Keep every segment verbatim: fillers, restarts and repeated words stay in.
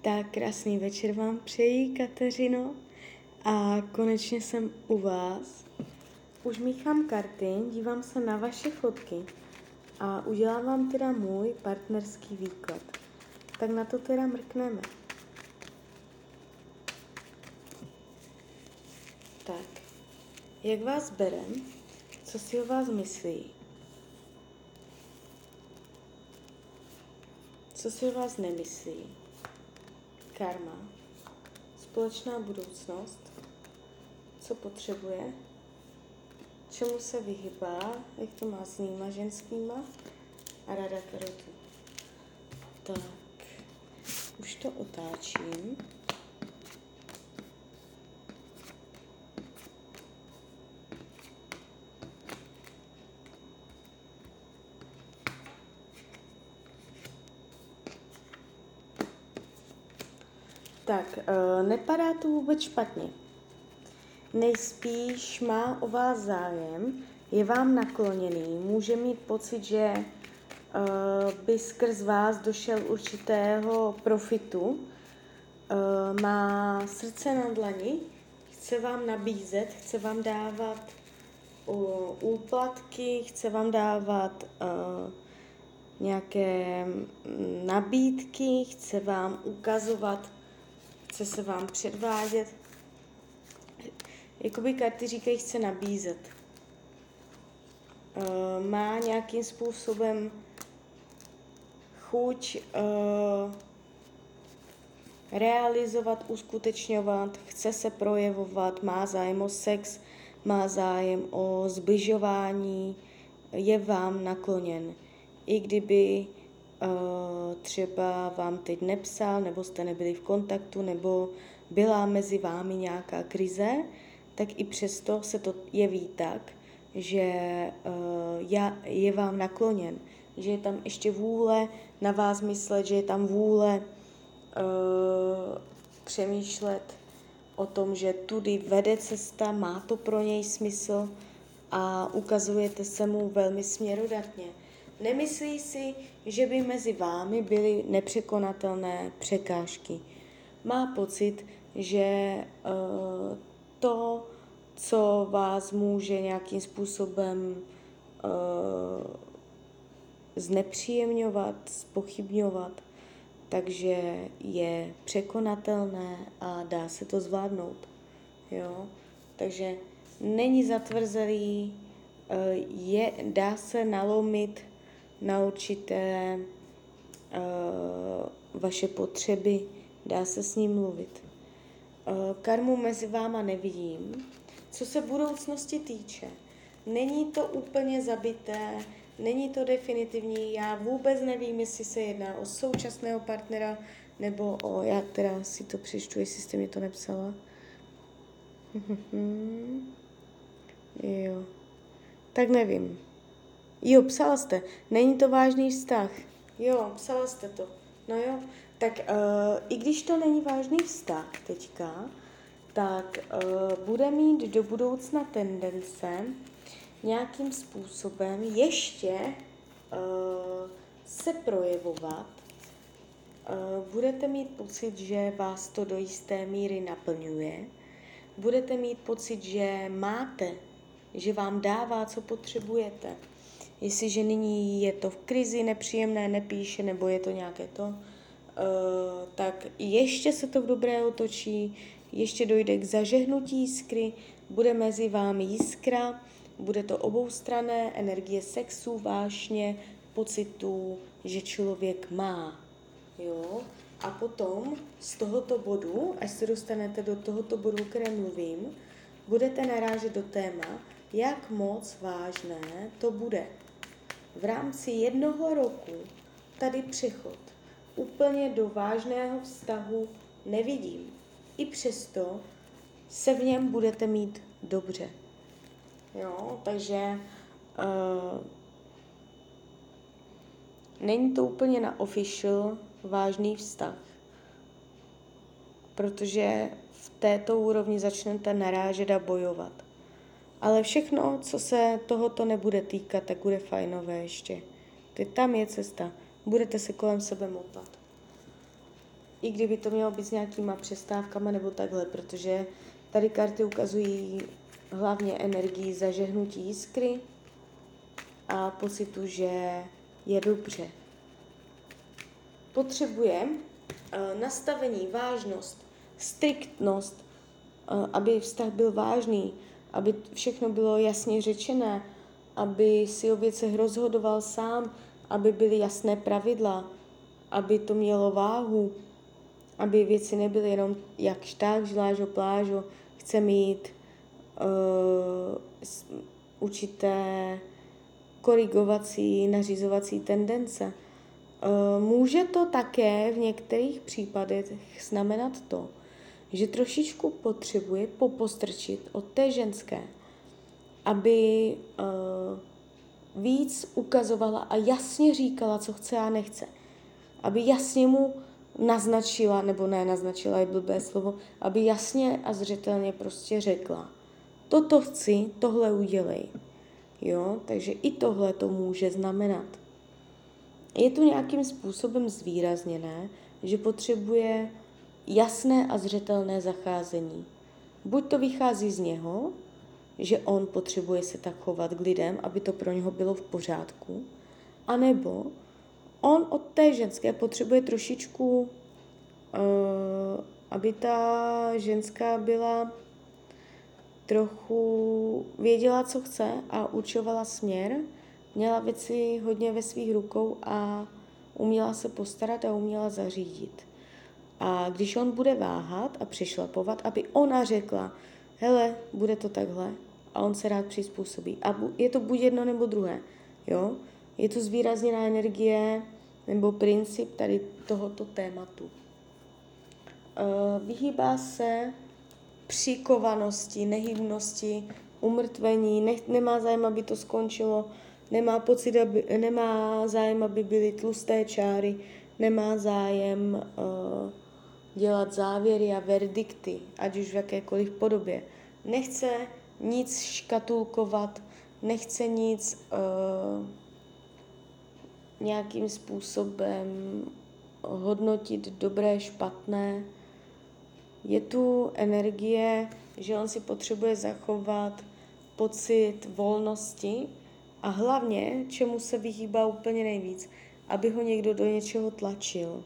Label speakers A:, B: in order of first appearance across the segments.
A: Tak krásný večer vám přeji, Kateřino. A konečně jsem u vás. Už míchám karty, dívám se na vaše fotky a udělám vám teda můj partnerský výklad. Tak na to teda mrkneme. Tak, jak vás berem? Co si o vás myslí? Co si o vás nemyslí? Karma, společná budoucnost, co potřebuje, čemu se vyhybá, jak to má s nýma ženskýma a rada tarotů. Tak, už to otáčím. Tak, nepadá to vůbec špatně. Nejspíš má o vás zájem, je vám nakloněný, může mít pocit, že by skrz vás došel určitého profitu, má srdce na dlani, chce vám nabízet, chce vám dávat úplatky, chce vám dávat nějaké nabídky, chce vám ukazovat, chce se vám předvádět. Jakoby karty říkají, chce nabízet. Uh, má nějakým způsobem chuť uh, realizovat, uskutečňovat, chce se projevovat, má zájem o sex, má zájem o zbližování, je vám nakloněn. I kdyby uh, třeba vám teď nepsal, nebo jste nebyli v kontaktu, nebo byla mezi vámi nějaká krize, tak i přesto se to jeví tak, že uh, je vám nakloněn, že je tam ještě vůle na vás myslet, že je tam vůle uh, přemýšlet o tom, že tudy vede cesta, má to pro něj smysl a ukazujete se mu velmi směrodatně. Nemyslí si, že by mezi vámi byly nepřekonatelné překážky. Má pocit, že uh, to, co vás může nějakým způsobem uh, znepříjemňovat, zpochybňovat, takže je překonatelné a dá se to zvládnout. Jo? Takže není zatvrzelý, uh, je, dá se nalomit na určité uh, vaše potřeby, dá se s ním mluvit. Karmu mezi váma nevidím. Co se budoucnosti týče, není to úplně zabité, není to definitivní, já vůbec nevím, jestli se jedná o současného partnera, nebo o, já teda si to přečtu, jestli jste mi to nepsala. Jo, tak nevím. Jo, psala jste, není to vážný vztah. Jo, psala jste to. No jo, tak uh, i když to není vážný vztah teďka, tak uh, bude mít do budoucna tendence nějakým způsobem ještě uh, se projevovat. Uh, budete mít pocit, že vás to do jisté míry naplňuje. Budete mít pocit, že máte, že vám dává, co potřebujete. Jestliže nyní je to v krizi, nepříjemné, nepíše, nebo je to nějaké to, uh, tak ještě se to v dobré otočí, ještě dojde k zažehnutí jiskry, bude mezi vámi jiskra, bude to oboustranné, energie sexu, vášně, pocitů, že člověk má. Jo? A potom z tohoto bodu, až se dostanete do tohoto bodu, o kterém mluvím, budete narážet do téma, jak moc vážné to bude. V rámci jednoho roku tady přechod úplně do vážného vztahu nevidím. I přesto se v něm budete mít dobře. Jo, takže uh, není to úplně na official vážný vztah, protože v této úrovni začnete narážet a bojovat. Ale všechno, co se tohoto nebude týkat, tak bude fajnové ještě. Teď tam je cesta. Budete se kolem sebe motat. I kdyby to mělo být s nějakýma přestávkama nebo takhle, protože tady karty ukazují hlavně energii zažehnutí jiskry a pocitu, že je dobře. Potřebuje uh, nastavení, vážnost, striktnost, uh, aby vztah byl vážný, aby všechno bylo jasně řečené, aby si o věcech rozhodoval sám, aby byly jasné pravidla, aby to mělo váhu, aby věci nebyly jenom jakž tak, žlážo, plážo, chce mít uh, určité korigovací, nařizovací tendence. Uh, může to také v některých případech znamenat to, že trošičku potřebuje popostrčit od té ženské, aby uh, víc ukazovala a jasně říkala, co chce a nechce. Aby jasně mu naznačila, nebo ne naznačila je blbé slovo, aby jasně a zřetelně prostě řekla, toto chci, tohle udělej. Jo, takže i tohle to může znamenat. Je tu nějakým způsobem zvýrazněné, že potřebuje jasné a zřetelné zacházení. Buď to vychází z něho, že on potřebuje se tak chovat k lidem, aby to pro něho bylo v pořádku, anebo on od té ženské potřebuje trošičku, uh, aby ta ženská byla trochu věděla, co chce a určovala směr, měla věci hodně ve svých rukou a uměla se postarat a uměla zařídit. A když on bude váhat a přešlapovat, aby ona řekla, hele, bude to takhle a on se rád přizpůsobí. A je to buď jedno nebo druhé, jo? Je to zvýrazněná energie nebo princip tady tohoto tématu. Vyhýbá se přikovanosti, nehybnosti, umrtvení, ne, nemá zájem, aby to skončilo, nemá pocit, aby, nemá zájem, aby byly tlusté čáry, nemá zájem uh, dělat závěry a verdikty, ať už v jakékoliv podobě. Nechce nic škatulkovat, nechce nic uh, nějakým způsobem hodnotit dobré, špatné. Je tu energie, že on si potřebuje zachovat pocit volnosti a hlavně, čemu se vyhýbá úplně nejvíc, aby ho někdo do něčeho tlačil.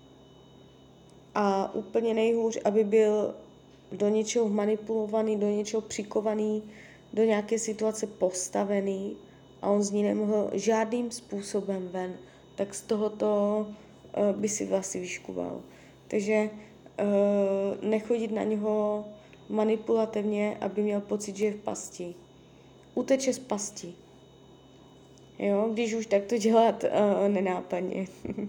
A: A úplně nejhůř, aby byl do něčeho manipulovaný, do něčeho přikovaný, do nějaké situace postavený a on z ní nemohl žádným způsobem ven, tak z tohoto uh, by si vlastně vyškuval. Takže uh, nechodit na něho manipulativně, aby měl pocit, že je v pasti. Uteče z pasti. Jo, když už tak to dělat uh, nenápadně.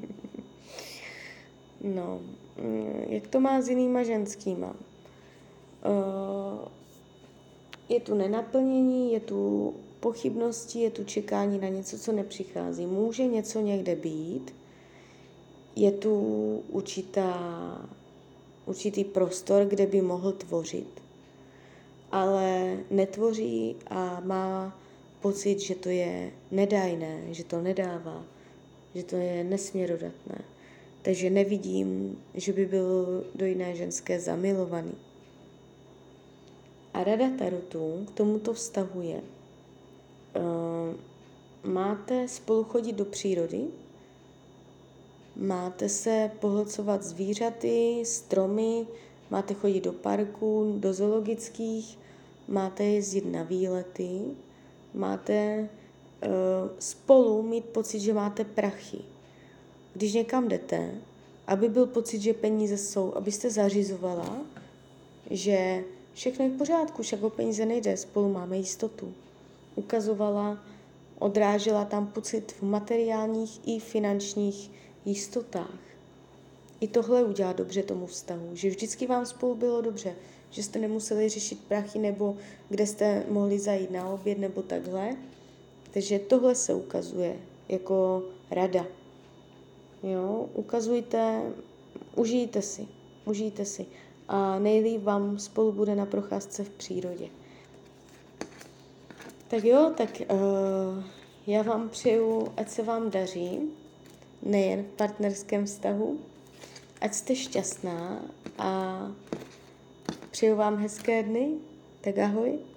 A: No, jak to má s jinýma ženskýma? Uh, je tu nenaplnění, je tu pochybnosti, je tu čekání na něco, co nepřichází. Může něco někde být, je tu určitá, určitý prostor, kde by mohl tvořit, ale netvoří a má pocit, že to je nedajné, že to nedává, že to je nesměrodatné. Takže nevidím, že by byl do jiné ženské zamilovaný. A rada tarotu k tomuto vztahuje. Uh, máte spolu chodit do přírody, máte se pohlcovat zvířaty, stromy, máte chodit do parku, do zoologických, máte jezdit na výlety, máte uh, spolu mít pocit, že máte prachy. Když někam jdete, aby byl pocit, že peníze jsou, abyste zařizovala, že všechno je v pořádku, však o peníze nejde, spolu máme jistotu. Ukazovala, odrážela tam pocit v materiálních i finančních jistotách. I tohle udělá dobře tomu vztahu, že vždycky vám spolu bylo dobře, že jste nemuseli řešit prachy nebo kde jste mohli zajít na oběd nebo takhle. Takže tohle se ukazuje jako rada. Jo, ukazujte, užijte si, užijte si. A nejlíp vám spolu bude na procházce v přírodě. Tak jo, tak uh, já vám přeju, ať se vám daří, nejen v partnerském vztahu, ať jste šťastná a přeju vám hezké dny. Tak ahoj.